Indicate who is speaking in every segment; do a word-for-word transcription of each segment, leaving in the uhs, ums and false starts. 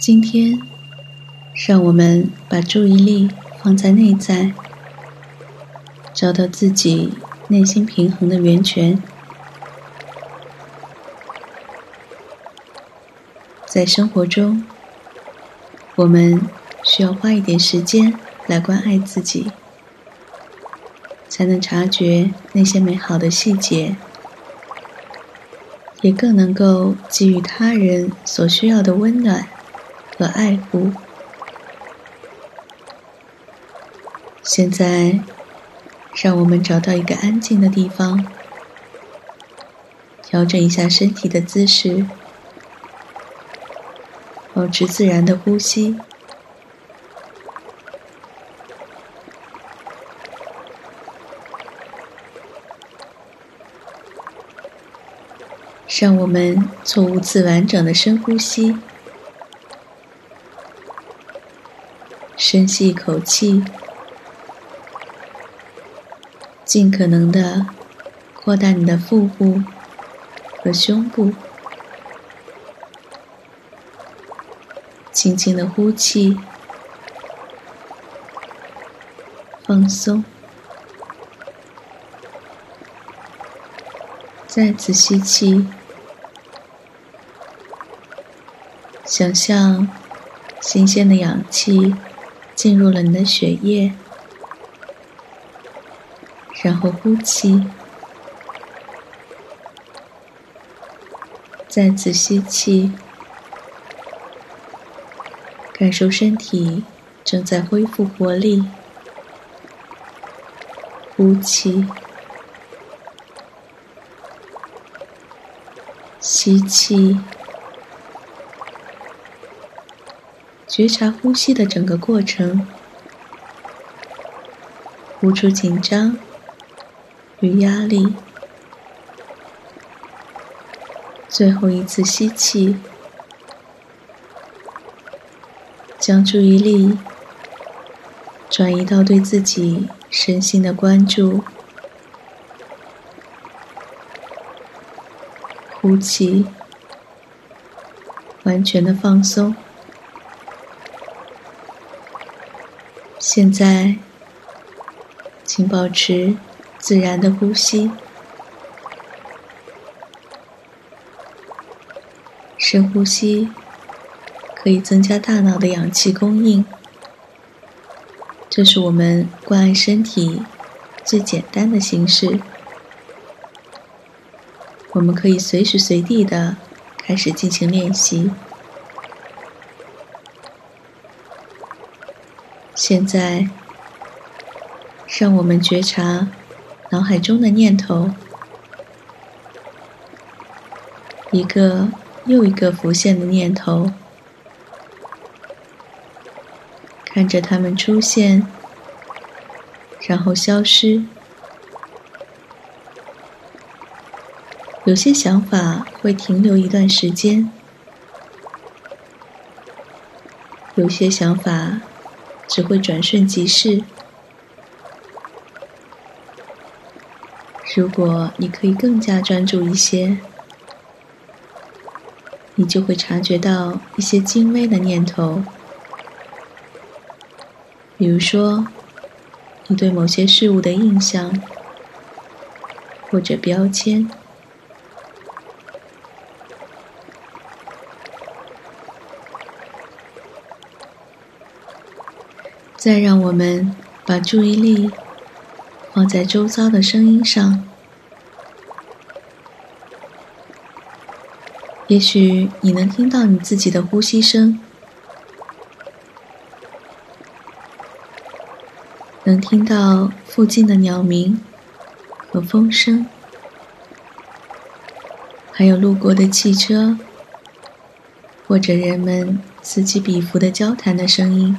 Speaker 1: 今天，让我们把注意力放在内在，找到自己内心平衡的源泉。在生活中，我们需要花一点时间来关爱自己，才能察觉那些美好的细节，也更能够给予他人所需要的温暖和爱护。现在，让我们找到一个安静的地方，调整一下身体的姿势，保持自然的呼吸。让我们做五次完整的深呼吸，深吸一口气，尽可能的扩大你的腹部和胸部，轻轻的呼气，放松，再次吸气，想象新鲜的氧气进入了你的血液，然后呼气，再次吸气，感受身体正在恢复活力，呼气，吸气，觉察呼吸的整个过程，呼出紧张与压力。最后一次吸气，将注意力转移到对自己身心的关注。呼气，完全的放松。现在，请保持自然的呼吸。深呼吸可以增加大脑的氧气供应，这是我们关爱身体最简单的形式。我们可以随时随地的开始进行练习。现在，让我们觉察脑海中的念头，一个又一个浮现的念头，看着它们出现，然后消失。有些想法会停留一段时间，有些想法只会转瞬即逝。如果你可以更加专注一些，你就会察觉到一些精微的念头，比如说你对某些事物的印象或者标签。再让我们把注意力放在周遭的声音上。也许你能听到你自己的呼吸声，能听到附近的鸟鸣和风声，还有路过的汽车，或者人们此起彼伏的交谈的声音。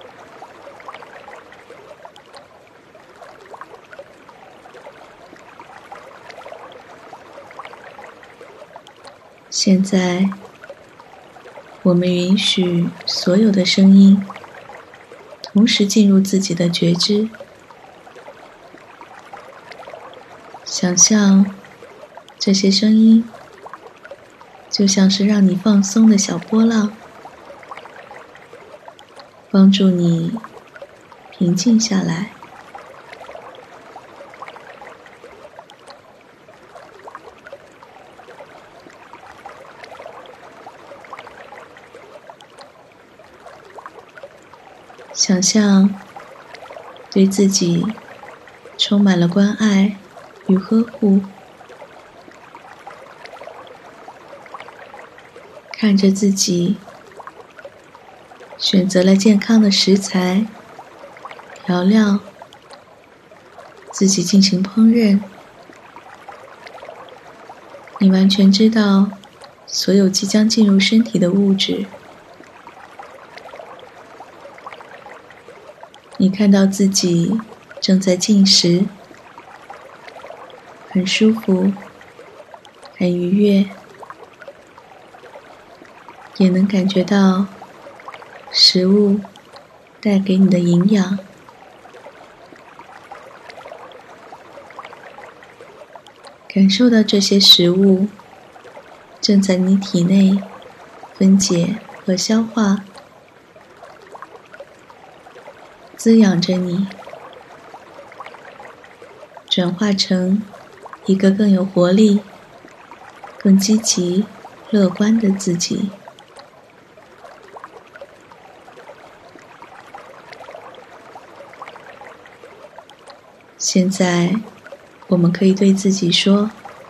Speaker 1: 现在，我们允许所有的声音同时进入自己的觉知，想象这些声音就像是让你放松的小波浪， 帮助你平静下来。想象对自己充满了关爱与呵护，看着自己选择了健康的食材、调料，自己进行烹饪。你完全知道所有即将进入身体的物质。你看到自己正在进食，很舒服，很愉悦，也能感觉到食物带给你的营养。感受到这些食物正在你体内分解和消化，滋养着你，转化成一个更有活力、更积极、乐观的自己。现在，我们可以对自己说：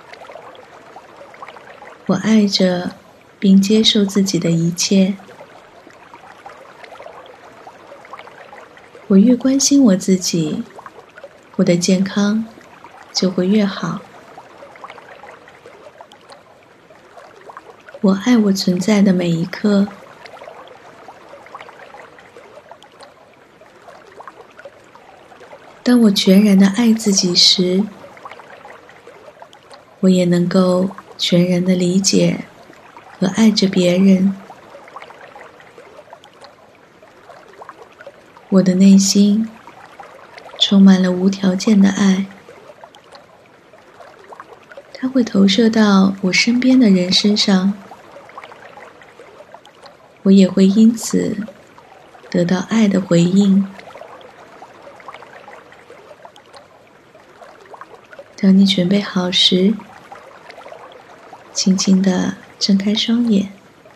Speaker 1: 我爱着并接受自己的一切。我越关心我自己，我的健康就会越好。我爱我存在的每一刻。当我全然的爱自己时，我也能够全然的理解和爱着别人。我的内心充满了无条件的爱，它会投射到我身边的人身上，我也会因此得到爱的回应。当你准备好时，轻轻地睁开双眼，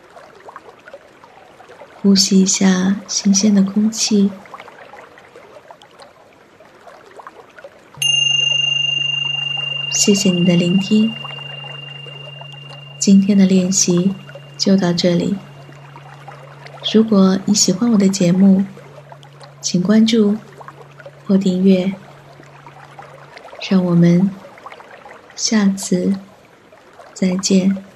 Speaker 1: 呼吸一下新鲜的空气。谢谢你的聆听，今天的练习就到这里。如果你喜欢我的节目，请关注或订阅。让我们下次再见。